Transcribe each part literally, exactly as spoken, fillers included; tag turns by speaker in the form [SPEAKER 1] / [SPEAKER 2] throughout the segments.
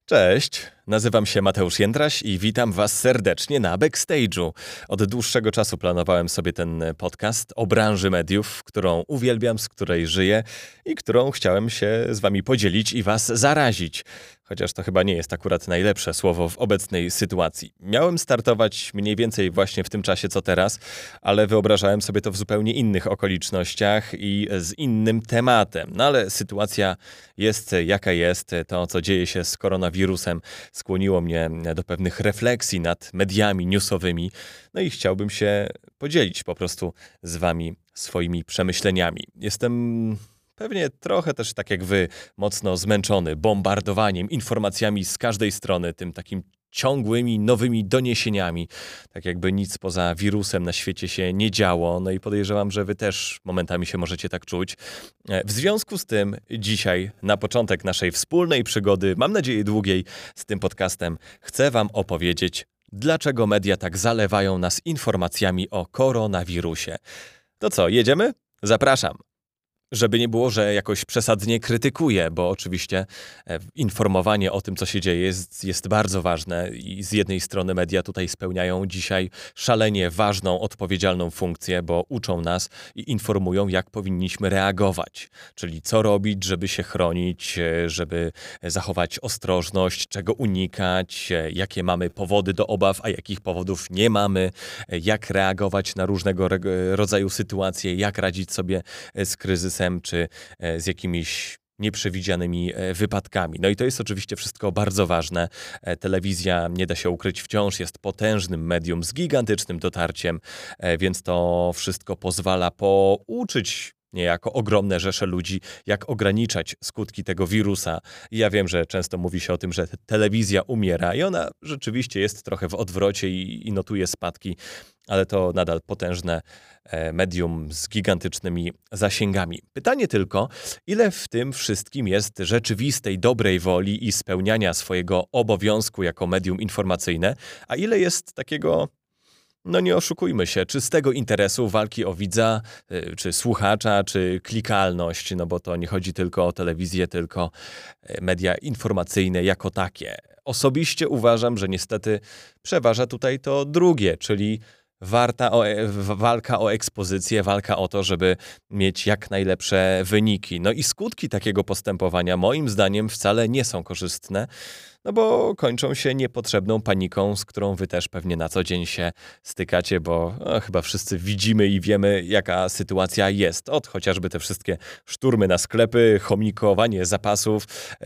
[SPEAKER 1] Cześć, nazywam się Mateusz Jędraś i witam Was serdecznie na Backstage'u. Od dłuższego czasu planowałem sobie ten podcast o branży mediów, którą uwielbiam, z której żyję i którą chciałem się z Wami podzielić i Was zarazić. Chociaż to chyba nie jest akurat najlepsze słowo w obecnej sytuacji. Miałem startować mniej więcej właśnie w tym czasie co teraz, ale wyobrażałem sobie to w zupełnie innych okolicznościach i z innym tematem. No ale sytuacja jest jaka jest. To, co dzieje się z koronawirusem, skłoniło mnie do pewnych refleksji nad mediami newsowymi. No i chciałbym się podzielić po prostu z Wami swoimi przemyśleniami. Jestem pewnie trochę też tak jak wy, mocno zmęczony bombardowaniem informacjami z każdej strony, tym takim ciągłymi, nowymi doniesieniami. Tak jakby nic poza wirusem na świecie się nie działo. No i podejrzewam, że wy też momentami się możecie tak czuć. W związku z tym dzisiaj, na początek naszej wspólnej przygody, mam nadzieję długiej, z tym podcastem, chcę wam opowiedzieć, dlaczego media tak zalewają nas informacjami o koronawirusie. To co, jedziemy? Zapraszam. Żeby nie było, że jakoś przesadnie krytykuję, bo oczywiście informowanie o tym, co się dzieje, jest, jest bardzo ważne i z jednej strony media tutaj spełniają dzisiaj szalenie ważną, odpowiedzialną funkcję, bo uczą nas i informują, jak powinniśmy reagować, czyli co robić, żeby się chronić, żeby zachować ostrożność, czego unikać, jakie mamy powody do obaw, a jakich powodów nie mamy, jak reagować na różnego rodzaju sytuacje, jak radzić sobie z kryzysem, czy z jakimiś nieprzewidzianymi wypadkami. No i to jest oczywiście wszystko bardzo ważne. Telewizja, nie da się ukryć, wciąż jest potężnym medium z gigantycznym dotarciem, więc to wszystko pozwala pouczyć niejako ogromne rzesze ludzi, jak ograniczać skutki tego wirusa. I ja wiem, że często mówi się o tym, że telewizja umiera i ona rzeczywiście jest trochę w odwrocie i, i notuje spadki, ale to nadal potężne medium z gigantycznymi zasięgami. Pytanie tylko, ile w tym wszystkim jest rzeczywistej dobrej woli i spełniania swojego obowiązku jako medium informacyjne, a ile jest takiego, no nie oszukujmy się, czystego interesu, walki o widza, czy słuchacza, czy klikalność, no bo to nie chodzi tylko o telewizję, tylko media informacyjne jako takie. Osobiście uważam, że niestety przeważa tutaj to drugie, czyli Warta o, walka o ekspozycję, walka o to, żeby mieć jak najlepsze wyniki. No i skutki takiego postępowania moim zdaniem wcale nie są korzystne, no bo kończą się niepotrzebną paniką, z którą wy też pewnie na co dzień się stykacie, bo no, chyba wszyscy widzimy i wiemy, jaka sytuacja jest. Od chociażby te wszystkie szturmy na sklepy, chomikowanie zapasów,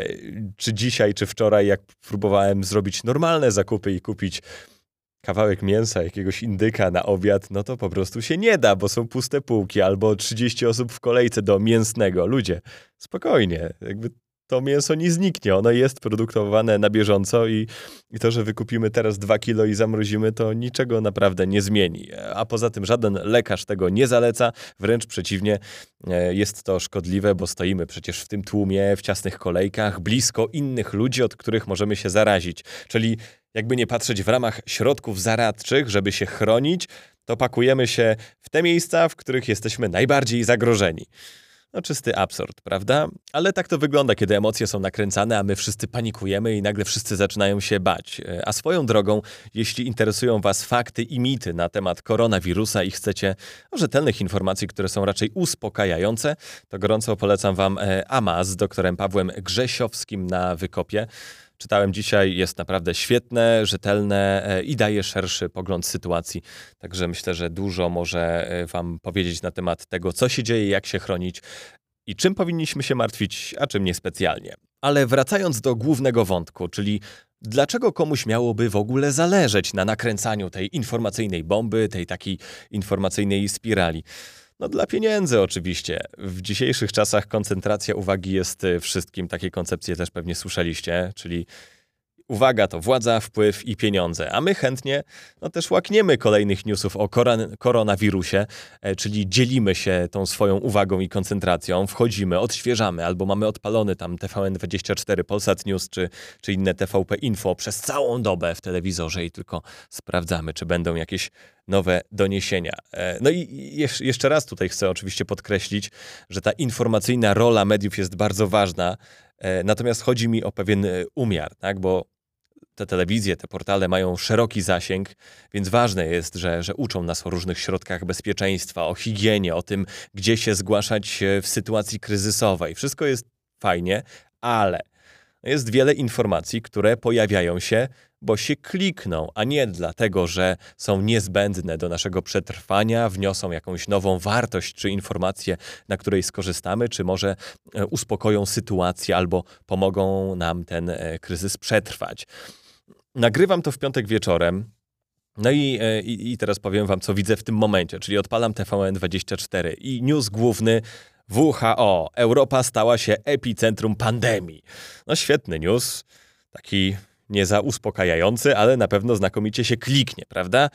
[SPEAKER 1] czy dzisiaj, czy wczoraj, jak próbowałem zrobić normalne zakupy i kupić kawałek mięsa, jakiegoś indyka na obiad, no to po prostu się nie da, bo są puste półki albo trzydzieści osób w kolejce do mięsnego. Ludzie, spokojnie, jakby to mięso nie zniknie, ono jest produkowane na bieżąco i, i to, że wykupimy teraz dwa kilo i zamrozimy, to niczego naprawdę nie zmieni. A poza tym żaden lekarz tego nie zaleca, wręcz przeciwnie, jest to szkodliwe, bo stoimy przecież w tym tłumie, w ciasnych kolejkach, blisko innych ludzi, od których możemy się zarazić. Czyli jakby nie patrzeć, w ramach środków zaradczych, żeby się chronić, to pakujemy się w te miejsca, w których jesteśmy najbardziej zagrożeni. No czysty absurd, prawda? Ale tak to wygląda, kiedy emocje są nakręcane, a my wszyscy panikujemy i nagle wszyscy zaczynają się bać. A swoją drogą, jeśli interesują was fakty i mity na temat koronawirusa i chcecie no, rzetelnych informacji, które są raczej uspokajające, to gorąco polecam wam AMA z doktorem Pawłem Grzesiowskim na Wykopie. Czytałem dzisiaj, jest naprawdę świetne, rzetelne i daje szerszy pogląd sytuacji. Także myślę, że dużo może wam powiedzieć na temat tego, co się dzieje, jak się chronić i czym powinniśmy się martwić, a czym niespecjalnie. Ale wracając do głównego wątku, czyli dlaczego komuś miałoby w ogóle zależeć na nakręcaniu tej informacyjnej bomby, tej takiej informacyjnej spirali? No dla pieniędzy oczywiście. W dzisiejszych czasach koncentracja uwagi jest wszystkim. Takie koncepcje też pewnie słyszeliście, czyli uwaga to władza, wpływ i pieniądze. A my chętnie no też łakniemy kolejnych newsów o koron- koronawirusie, e, czyli dzielimy się tą swoją uwagą i koncentracją, wchodzimy, odświeżamy, albo mamy odpalony tam T V N dwadzieścia cztery, Polsat News czy, czy inne T V P Info przez całą dobę w telewizorze i tylko sprawdzamy, czy będą jakieś nowe doniesienia. E, no i jesz- jeszcze raz tutaj chcę oczywiście podkreślić, że ta informacyjna rola mediów jest bardzo ważna, Natomiast chodzi mi o pewien umiar, tak? Bo te telewizje, te portale mają szeroki zasięg, więc ważne jest, że, że uczą nas o różnych środkach bezpieczeństwa, o higienie, o tym, gdzie się zgłaszać w sytuacji kryzysowej. Wszystko jest fajnie, ale jest wiele informacji, które pojawiają się, bo się klikną, a nie dlatego, że są niezbędne do naszego przetrwania, wniosą jakąś nową wartość czy informację, na której skorzystamy, czy może uspokoją sytuację albo pomogą nam ten kryzys przetrwać. Nagrywam to w piątek wieczorem. No i, i, i teraz powiem wam, co widzę w tym momencie, czyli odpalam T V N dwadzieścia cztery i news główny: W H O. Europa stała się epicentrum pandemii. No świetny news, taki nie za uspokajający, ale na pewno znakomicie się kliknie, prawda?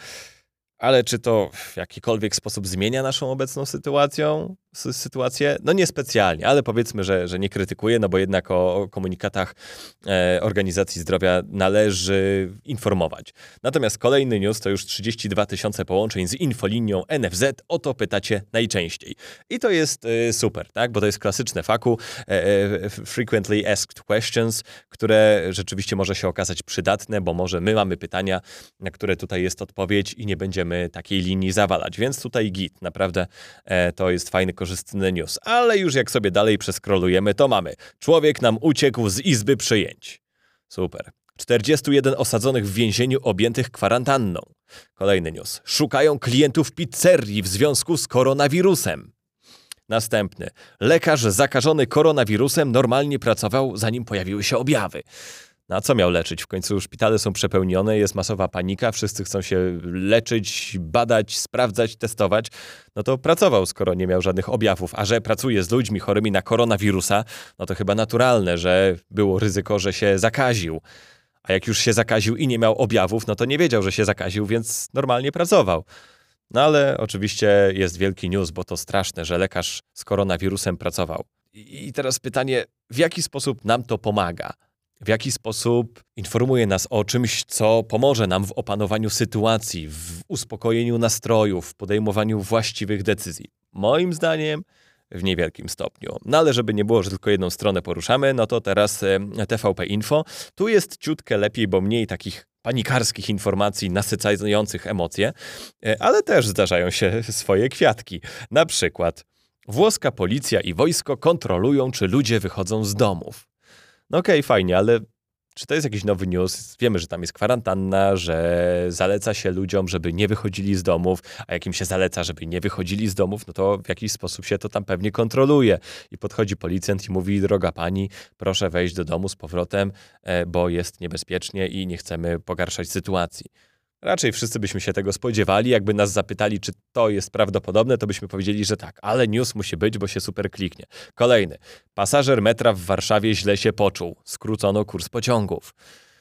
[SPEAKER 1] Ale czy to w jakikolwiek sposób zmienia naszą obecną sytuacją, sytuację? No niespecjalnie, ale powiedzmy, że, że nie krytykuję, no bo jednak o, o komunikatach e, Organizacji Zdrowia należy informować. Natomiast kolejny news to już trzydzieści dwa tysiące połączeń z infolinią N F Z, o to pytacie najczęściej. I to jest e, super, tak? Bo to jest klasyczne faku, e, e, frequently asked questions, które rzeczywiście może się okazać przydatne, bo może my mamy pytania, na które tutaj jest odpowiedź i nie będziemy takiej linii zawalać, więc tutaj git, naprawdę e, to jest fajny, korzystny news. Ale już jak sobie dalej przeskrolujemy, to mamy: człowiek nam uciekł z izby przyjęć. Super. czterdziestu jeden osadzonych w więzieniu objętych kwarantanną. Kolejny news: szukają klientów pizzerii w związku z koronawirusem. Następny: lekarz zakażony koronawirusem normalnie pracował, zanim pojawiły się objawy. No a co miał leczyć? W końcu szpitale są przepełnione, jest masowa panika, wszyscy chcą się leczyć, badać, sprawdzać, testować. No to pracował, skoro nie miał żadnych objawów. A że pracuje z ludźmi chorymi na koronawirusa, no to chyba naturalne, że było ryzyko, że się zakaził. A jak już się zakaził i nie miał objawów, no to nie wiedział, że się zakaził, więc normalnie pracował. No ale oczywiście jest wielki news, bo to straszne, że lekarz z koronawirusem pracował. I teraz pytanie, w jaki sposób nam to pomaga? W jaki sposób informuje nas o czymś, co pomoże nam w opanowaniu sytuacji, w uspokojeniu nastrojów, w podejmowaniu właściwych decyzji? Moim zdaniem w niewielkim stopniu. No ale żeby nie było, że tylko jedną stronę poruszamy, no to teraz T V P Info. Tu jest ciutkę lepiej, bo mniej takich panikarskich informacji nasycających emocje, ale też zdarzają się swoje kwiatki. Na przykład: włoska policja i wojsko kontrolują, czy ludzie wychodzą z domów. No okej, okay, fajnie, ale czy to jest jakiś nowy news? Wiemy, że tam jest kwarantanna, że zaleca się ludziom, żeby nie wychodzili z domów, a jak im się zaleca, żeby nie wychodzili z domów, no to w jakiś sposób się to tam pewnie kontroluje. I podchodzi policjant i mówi: droga pani, proszę wejść do domu z powrotem, bo jest niebezpiecznie i nie chcemy pogarszać sytuacji. Raczej wszyscy byśmy się tego spodziewali. Jakby nas zapytali, czy to jest prawdopodobne, to byśmy powiedzieli, że tak. Ale news musi być, bo się super kliknie. Kolejny: pasażer metra w Warszawie źle się poczuł. Skrócono kurs pociągów.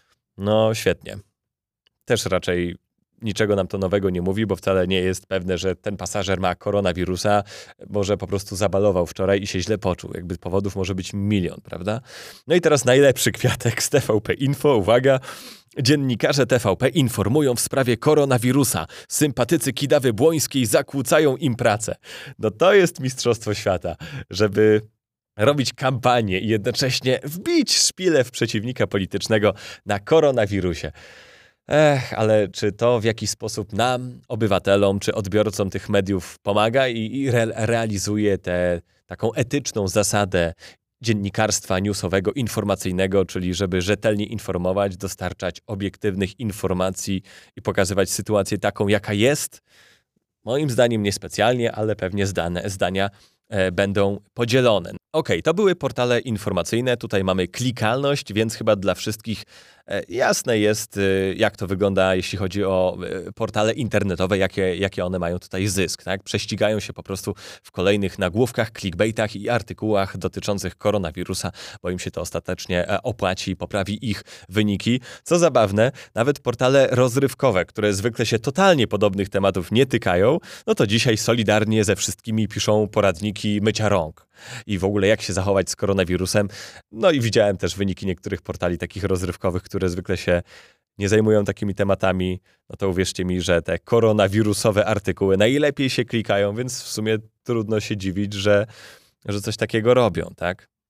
[SPEAKER 1] No świetnie. Też raczej niczego nam to nowego nie mówi, bo wcale nie jest pewne, że ten pasażer ma koronawirusa. Może po prostu zabalował wczoraj i się źle poczuł. Jakby powodów może być milion, prawda? No i teraz najlepszy kwiatek z T V P Info. Uwaga! Dziennikarze T V P informują w sprawie koronawirusa. Sympatycy Kidawy Błońskiej zakłócają im pracę. No to jest mistrzostwo świata, żeby robić kampanię i jednocześnie wbić szpilę w przeciwnika politycznego na koronawirusie. Ech, ale czy to w jakiś sposób nam, obywatelom czy odbiorcom tych mediów pomaga i, i re, realizuje tę taką etyczną zasadę dziennikarstwa newsowego, informacyjnego, czyli żeby rzetelnie informować, dostarczać obiektywnych informacji i pokazywać sytuację taką, jaka jest? Moim zdaniem niespecjalnie, ale pewnie zdane, zdania e, będą podzielone. Okej, okay, to były portale informacyjne, tutaj mamy klikalność, więc chyba dla wszystkich e, jasne jest, e, jak to wygląda, jeśli chodzi o e, portale internetowe, jakie, jakie one mają tutaj zysk. Tak? Prześcigają się po prostu w kolejnych nagłówkach, clickbaitach i artykułach dotyczących koronawirusa, bo im się to ostatecznie e, opłaci i poprawi ich wyniki. Co zabawne, nawet portale rozrywkowe, które zwykle się totalnie podobnych tematów nie tykają, no to dzisiaj solidarnie ze wszystkimi piszą poradniki mycia rąk. I w ogóle jak się zachować z koronawirusem. No i widziałem też wyniki niektórych portali takich rozrywkowych, które zwykle się nie zajmują takimi tematami. No to uwierzcie mi, że te koronawirusowe artykuły najlepiej się klikają, więc w sumie trudno się dziwić, że, że coś takiego robią, tak?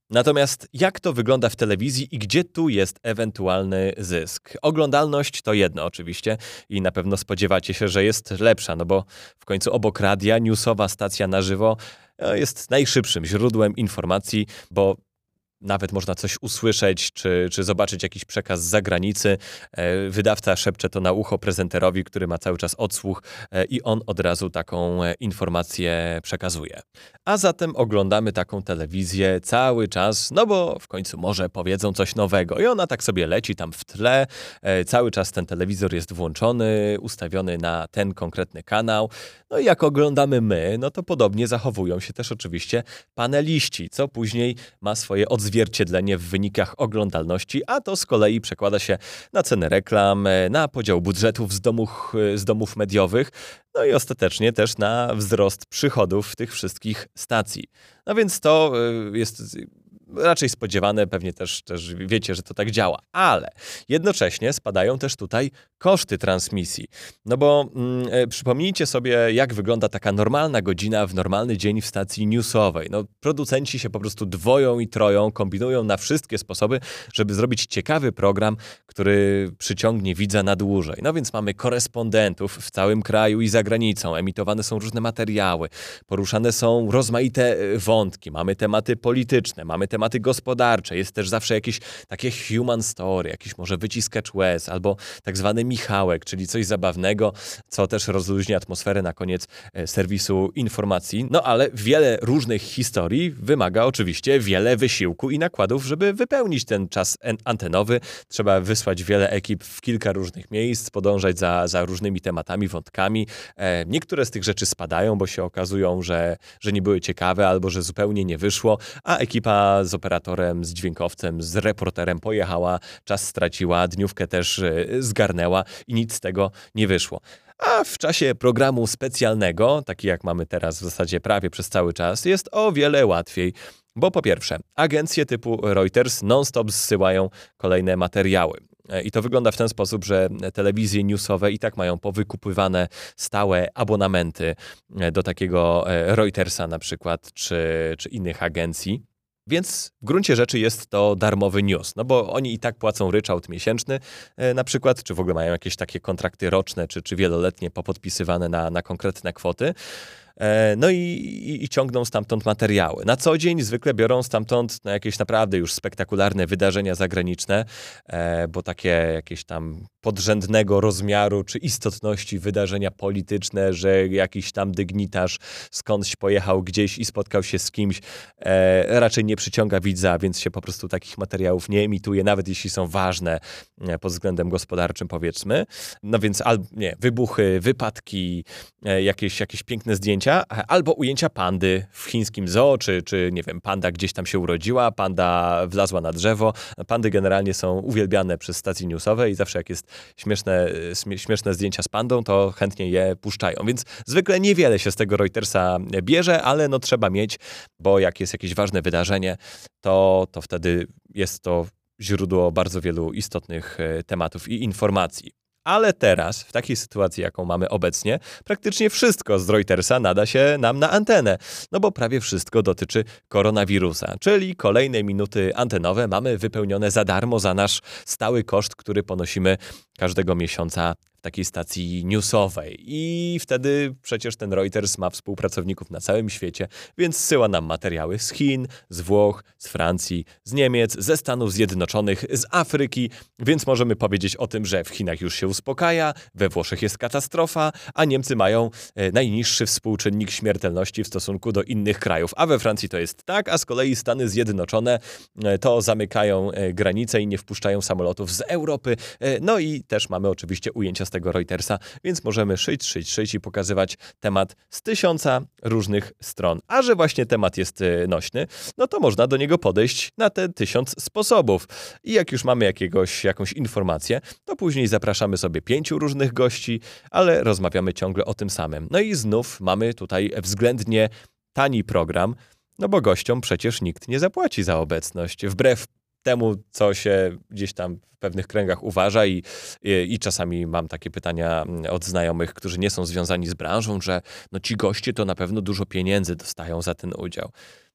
[SPEAKER 1] Natomiast jak to wygląda w telewizji i gdzie tu jest ewentualny zysk? Oglądalność to jedno oczywiście i na pewno spodziewacie się, że jest lepsza, no bo w końcu obok radia newsowa stacja na żywo e, jest najszybszym źródłem informacji, bo nawet można coś usłyszeć, czy, czy zobaczyć jakiś przekaz z zagranicy. E, Wydawca szepcze to na ucho prezenterowi, który ma cały czas odsłuch e, i on od razu taką e, informację przekazuje. A zatem oglądamy taką telewizję cały czas, no bo w końcu może powiedzą coś nowego. I ona tak sobie leci tam w tle. E, Cały czas ten telewizor jest włączony, ustawiony na ten konkretny kanał. No i jak oglądamy my, no to podobnie zachowują się też oczywiście paneliści, co później ma swoje odzwierciedlenie w wynikach oglądalności, a to z kolei przekłada się na cenę reklam, na podział budżetów z domów, z domów mediowych, no i ostatecznie też na wzrost przychodów tych wszystkich stacji. No więc to y, jest raczej spodziewane, pewnie też, też wiecie, że to tak działa, ale jednocześnie spadają też tutaj koszty transmisji. No bo mm, e, przypomnijcie sobie, jak wygląda taka normalna godzina w normalny dzień w stacji newsowej. No, producenci się po prostu dwoją i troją, kombinują na wszystkie sposoby, żeby zrobić ciekawy program, który przyciągnie widza na dłużej. No więc mamy korespondentów w całym kraju i za granicą, emitowane są różne materiały, poruszane są rozmaite wątki, mamy tematy polityczne, mamy tematy gospodarcze, jest też zawsze jakieś takie human story, jakiś może wycisk Catch West albo tak zwany Michałek, czyli coś zabawnego, co też rozluźni atmosferę na koniec e, serwisu informacji. No ale wiele różnych historii wymaga oczywiście wiele wysiłku i nakładów, żeby wypełnić ten czas en- antenowy. Trzeba wysłać wiele ekip w kilka różnych miejsc, podążać za, za różnymi tematami, wątkami. E, niektóre z tych rzeczy spadają, bo się okazują, że, że nie były ciekawe albo że zupełnie nie wyszło, a ekipa z operatorem, z dźwiękowcem, z reporterem pojechała, czas straciła, dniówkę też e, zgarnęła i nic z tego nie wyszło. A w czasie programu specjalnego, taki jak mamy teraz w zasadzie prawie przez cały czas, jest o wiele łatwiej. Bo po pierwsze, agencje typu Reuters non-stop zsyłają kolejne materiały. I to wygląda w ten sposób, że telewizje newsowe i tak mają powykupywane stałe abonamenty do takiego Reutersa na przykład, czy, czy innych agencji. Więc w gruncie rzeczy jest to darmowy news, no bo oni i tak płacą ryczałt miesięczny e, na przykład, czy w ogóle mają jakieś takie kontrakty roczne, czy, czy wieloletnie popodpisywane na, na konkretne kwoty. E, no i, i, i ciągną stamtąd materiały. Na co dzień zwykle biorą stamtąd na jakieś naprawdę już spektakularne wydarzenia zagraniczne, e, bo takie jakieś tam podrzędnego rozmiaru czy istotności wydarzenia polityczne, że jakiś tam dygnitarz skądś pojechał gdzieś i spotkał się z kimś, e, raczej nie przyciąga widza, więc się po prostu takich materiałów nie emituje, nawet jeśli są ważne e, pod względem gospodarczym, powiedzmy. No więc albo nie, wybuchy, wypadki, e, jakieś, jakieś piękne zdjęcia, albo ujęcia pandy w chińskim zoo, czy, czy nie wiem, panda gdzieś tam się urodziła, panda wlazła na drzewo. Pandy generalnie są uwielbiane przez stacje newsowe i zawsze jak jest śmieszne, śmieszne zdjęcia z pandą, to chętnie je puszczają. Więc zwykle niewiele się z tego Reutersa bierze, ale no trzeba mieć, bo jak jest jakieś ważne wydarzenie, to, to wtedy jest to źródło bardzo wielu istotnych tematów i informacji. Ale teraz, w takiej sytuacji, jaką mamy obecnie, praktycznie wszystko z Reutersa nada się nam na antenę. No bo prawie wszystko dotyczy koronawirusa, czyli kolejne minuty antenowe mamy wypełnione za darmo za nasz stały koszt, który ponosimy każdego miesiąca w takiej stacji newsowej. I wtedy przecież ten Reuters ma współpracowników na całym świecie, więc zsyła nam materiały z Chin, z Włoch, z Francji, z Niemiec, ze Stanów Zjednoczonych, z Afryki, więc możemy powiedzieć o tym, że w Chinach już się uspokaja, we Włoszech jest katastrofa, a Niemcy mają e, najniższy współczynnik śmiertelności w stosunku do innych krajów, a we Francji to jest tak, a z kolei Stany Zjednoczone e, to zamykają e, granice i nie wpuszczają samolotów z Europy. E, no i też mamy oczywiście ujęcia z tego Reutersa, więc możemy szyć, szyć, szyć i pokazywać temat z tysiąca różnych stron. A że właśnie temat jest nośny, no to można do niego podejść na te tysiąc sposobów. I jak już mamy jakiegoś, jakąś informację, to później zapraszamy sobie pięciu różnych gości, ale rozmawiamy ciągle o tym samym. No i znów mamy tutaj względnie tani program, no bo gościom przecież nikt nie zapłaci za obecność. Wbrew temu, co się gdzieś tam w pewnych kręgach uważa i, i, i czasami mam takie pytania od znajomych, którzy nie są związani z branżą, że no ci goście to na pewno dużo pieniędzy dostają za ten udział.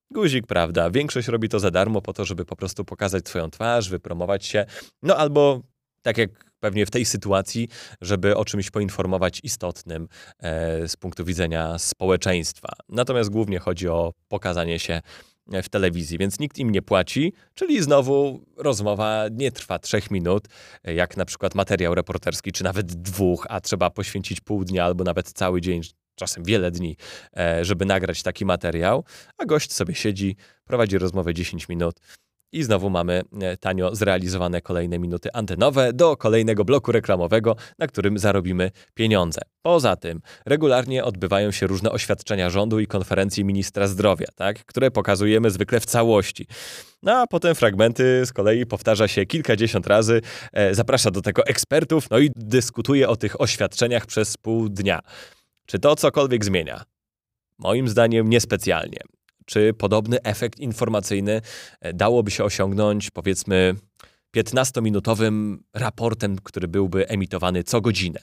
[SPEAKER 1] Guzik, prawda, większość robi to za darmo po to, żeby po prostu pokazać swoją twarz, wypromować się, no albo tak jak pewnie w tej sytuacji, żeby o czymś poinformować istotnym e, z punktu widzenia społeczeństwa. Natomiast głównie chodzi o pokazanie się w telewizji, więc nikt im nie płaci, czyli znowu rozmowa nie trwa trzech minut, jak na przykład materiał reporterski, czy nawet dwóch, a trzeba poświęcić pół dnia albo nawet cały dzień, czasem wiele dni, żeby nagrać taki materiał, a gość sobie siedzi, prowadzi rozmowę dziesięć minut i znowu mamy tanio zrealizowane kolejne minuty antenowe do kolejnego bloku reklamowego, na którym zarobimy pieniądze. Poza tym regularnie odbywają się różne oświadczenia rządu i konferencje ministra zdrowia, tak, które pokazujemy zwykle w całości. No a potem fragmenty z kolei powtarza się kilkadziesiąt razy, e, zaprasza do tego ekspertów, no i dyskutuje o tych oświadczeniach przez pół dnia. Czy to cokolwiek zmienia? Moim zdaniem niespecjalnie. Czy podobny efekt informacyjny dałoby się osiągnąć, powiedzmy, piętnastominutowym raportem, który byłby emitowany co godzinę?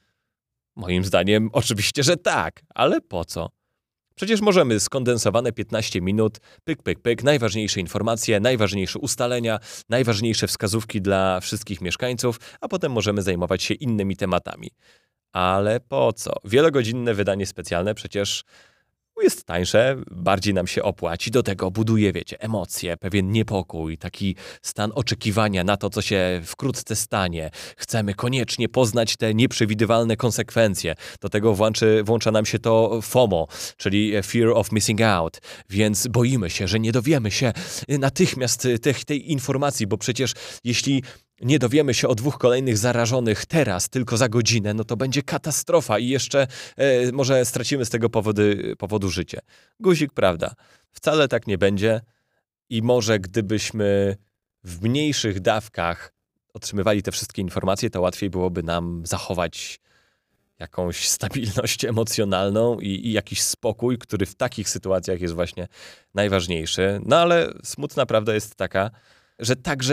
[SPEAKER 1] Moim zdaniem oczywiście, że tak, ale po co? Przecież możemy skondensowane piętnaście minut, pyk, pyk, pyk, najważniejsze informacje, najważniejsze ustalenia, najważniejsze wskazówki dla wszystkich mieszkańców, a potem możemy zajmować się innymi tematami. Ale po co? Wielogodzinne wydanie specjalne przecież jest tańsze, bardziej nam się opłaci, do tego buduje, wiecie, emocje, pewien niepokój, taki stan oczekiwania na to, co się wkrótce stanie. Chcemy koniecznie poznać te nieprzewidywalne konsekwencje. Do tego włączy, włącza nam się to FOMO, czyli Fear of Missing Out, więc boimy się, że nie dowiemy się natychmiast tej, tej informacji, bo przecież jeśli nie dowiemy się o dwóch kolejnych zarażonych teraz, tylko za godzinę, no to będzie katastrofa i jeszcze e, może stracimy z tego powody, powodu życie. Guzik, prawda, wcale tak nie będzie i może gdybyśmy w mniejszych dawkach otrzymywali te wszystkie informacje, to łatwiej byłoby nam zachować jakąś stabilność emocjonalną i, i jakiś spokój, który w takich sytuacjach jest właśnie najważniejszy. No ale smutna prawda jest taka, że także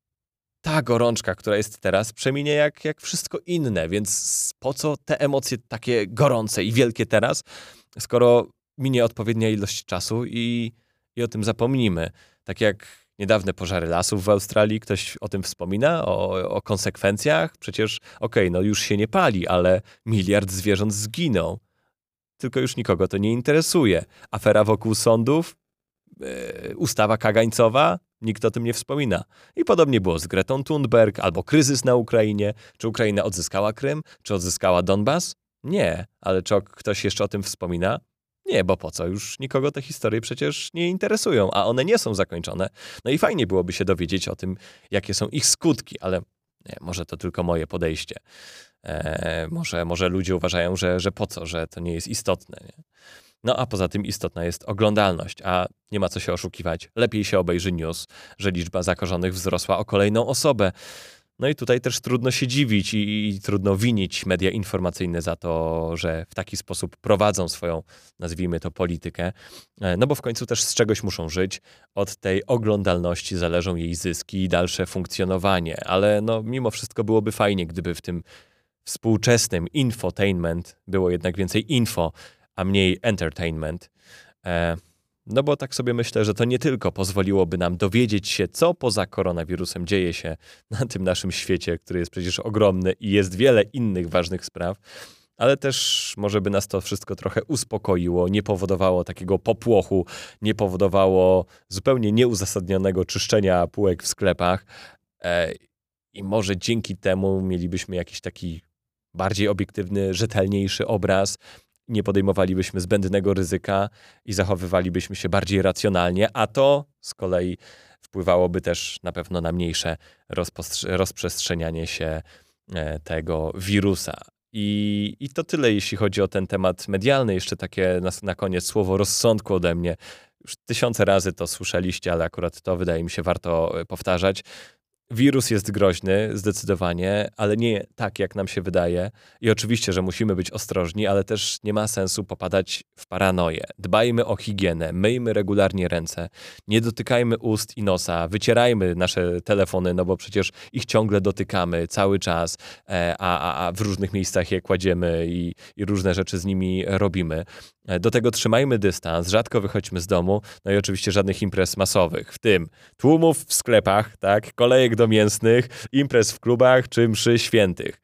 [SPEAKER 1] ta gorączka, która jest teraz, przeminie jak, jak wszystko inne, więc po co te emocje takie gorące i wielkie teraz, skoro minie odpowiednia ilość czasu i, i o tym zapomnimy. Tak jak niedawne pożary lasów w Australii, ktoś o tym wspomina, o, o konsekwencjach. Przecież okej, okay, no już się nie pali, ale miliard zwierząt zginął. Tylko już nikogo to nie interesuje. Afera wokół sądów, yy, ustawa kagańcowa, nikt o tym nie wspomina. I podobnie było z Gretą Thunberg, albo kryzys na Ukrainie. Czy Ukraina odzyskała Krym? Czy odzyskała Donbas? Nie. Ale czy ktoś jeszcze o tym wspomina? Nie, bo po co? Już nikogo te historie przecież nie interesują, a one nie są zakończone. No i fajnie byłoby się dowiedzieć o tym, jakie są ich skutki, ale nie, może to tylko moje podejście. Eee, może, może ludzie uważają, że, że po co, że to nie jest istotne. Nie? No a poza tym istotna jest oglądalność, a nie ma co się oszukiwać. Lepiej się obejrzy news, że liczba zakażonych wzrosła o kolejną osobę. No i tutaj też trudno się dziwić i, i trudno winić media informacyjne za to, że w taki sposób prowadzą swoją, nazwijmy to, politykę. No bo w końcu też z czegoś muszą żyć. Od tej oglądalności zależą jej zyski i dalsze funkcjonowanie. Ale no mimo wszystko byłoby fajnie, gdyby w tym współczesnym infotainment było jednak więcej info, a mniej entertainment. E, no bo tak sobie myślę, że to nie tylko pozwoliłoby nam dowiedzieć się, co poza koronawirusem dzieje się na tym naszym świecie, który jest przecież ogromny i jest wiele innych ważnych spraw, ale też może by nas to wszystko trochę uspokoiło, nie powodowało takiego popłochu, nie powodowało zupełnie nieuzasadnionego czyszczenia półek w sklepach e, i może dzięki temu mielibyśmy jakiś taki bardziej obiektywny, rzetelniejszy obraz, nie podejmowalibyśmy zbędnego ryzyka i zachowywalibyśmy się bardziej racjonalnie, a to z kolei wpływałoby też na pewno na mniejsze rozprzestrzenianie się tego wirusa. I, i to tyle, jeśli chodzi o ten temat medialny. Jeszcze takie na, na koniec słowo rozsądku ode mnie. Już tysiące razy to słyszeliście, ale akurat to wydaje mi się warto powtarzać. Wirus jest groźny, zdecydowanie, ale nie tak, jak nam się wydaje. I oczywiście, że musimy być ostrożni, ale też nie ma sensu popadać w paranoję. Dbajmy o higienę, myjmy regularnie ręce, nie dotykajmy ust i nosa, wycierajmy nasze telefony, no bo przecież ich ciągle dotykamy cały czas, a, a, a w różnych miejscach je kładziemy i, i różne rzeczy z nimi robimy. Do tego trzymajmy dystans, rzadko wychodźmy z domu, no i oczywiście żadnych imprez masowych, w tym tłumów w sklepach, tak, kolejek do mięsnych, imprez w klubach czy mszy świętych.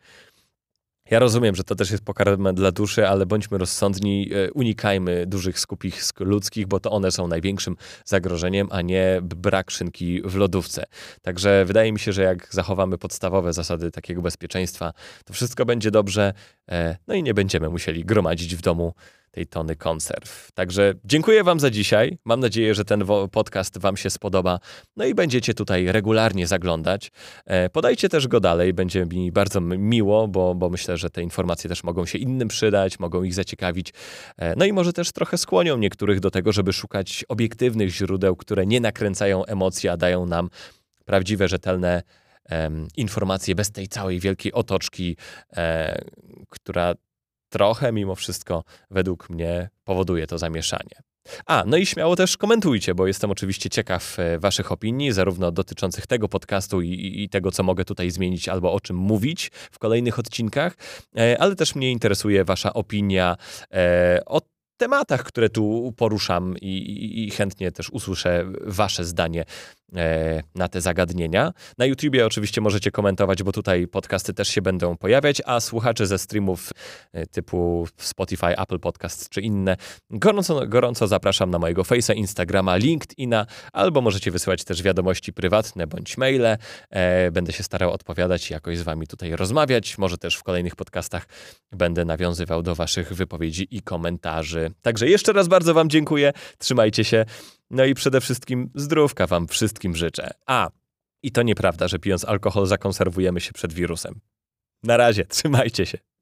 [SPEAKER 1] Ja rozumiem, że to też jest pokarm dla duszy, ale bądźmy rozsądni, unikajmy dużych skupisk ludzkich, bo to one są największym zagrożeniem, a nie brak szynki w lodówce. Także wydaje mi się, że jak zachowamy podstawowe zasady takiego bezpieczeństwa, to wszystko będzie dobrze, no i nie będziemy musieli gromadzić w domu tej tony konserw. Także dziękuję wam za dzisiaj. Mam nadzieję, że ten podcast wam się spodoba. No i będziecie tutaj regularnie zaglądać. Podajcie też go dalej. Będzie mi bardzo miło, bo, bo myślę, że te informacje też mogą się innym przydać, mogą ich zaciekawić. No i może też trochę skłonią niektórych do tego, żeby szukać obiektywnych źródeł, które nie nakręcają emocji, a dają nam prawdziwe, rzetelne um, informacje bez tej całej wielkiej otoczki, e, która trochę mimo wszystko według mnie powoduje to zamieszanie. A, no i śmiało też komentujcie, bo jestem oczywiście ciekaw waszych opinii, zarówno dotyczących tego podcastu i, i tego, co mogę tutaj zmienić albo o czym mówić w kolejnych odcinkach, ale też mnie interesuje wasza opinia e, o tematach, które tu poruszam i, i, i chętnie też usłyszę wasze zdanie e, na te zagadnienia. Na YouTubie oczywiście możecie komentować, bo tutaj podcasty też się będą pojawiać, a słuchacze ze streamów e, typu Spotify, Apple Podcast czy inne, gorąco, gorąco zapraszam na mojego Face'a, Instagrama, LinkedIna, albo możecie wysyłać też wiadomości prywatne bądź maile. E, będę się starał odpowiadać i jakoś z wami tutaj rozmawiać. Może też w kolejnych podcastach będę nawiązywał do waszych wypowiedzi i komentarzy. Także jeszcze raz bardzo wam dziękuję, trzymajcie się, no i przede wszystkim zdrówka wam wszystkim życzę. A, i to nieprawda, że pijąc alkohol zakonserwujemy się przed wirusem. Na razie, trzymajcie się.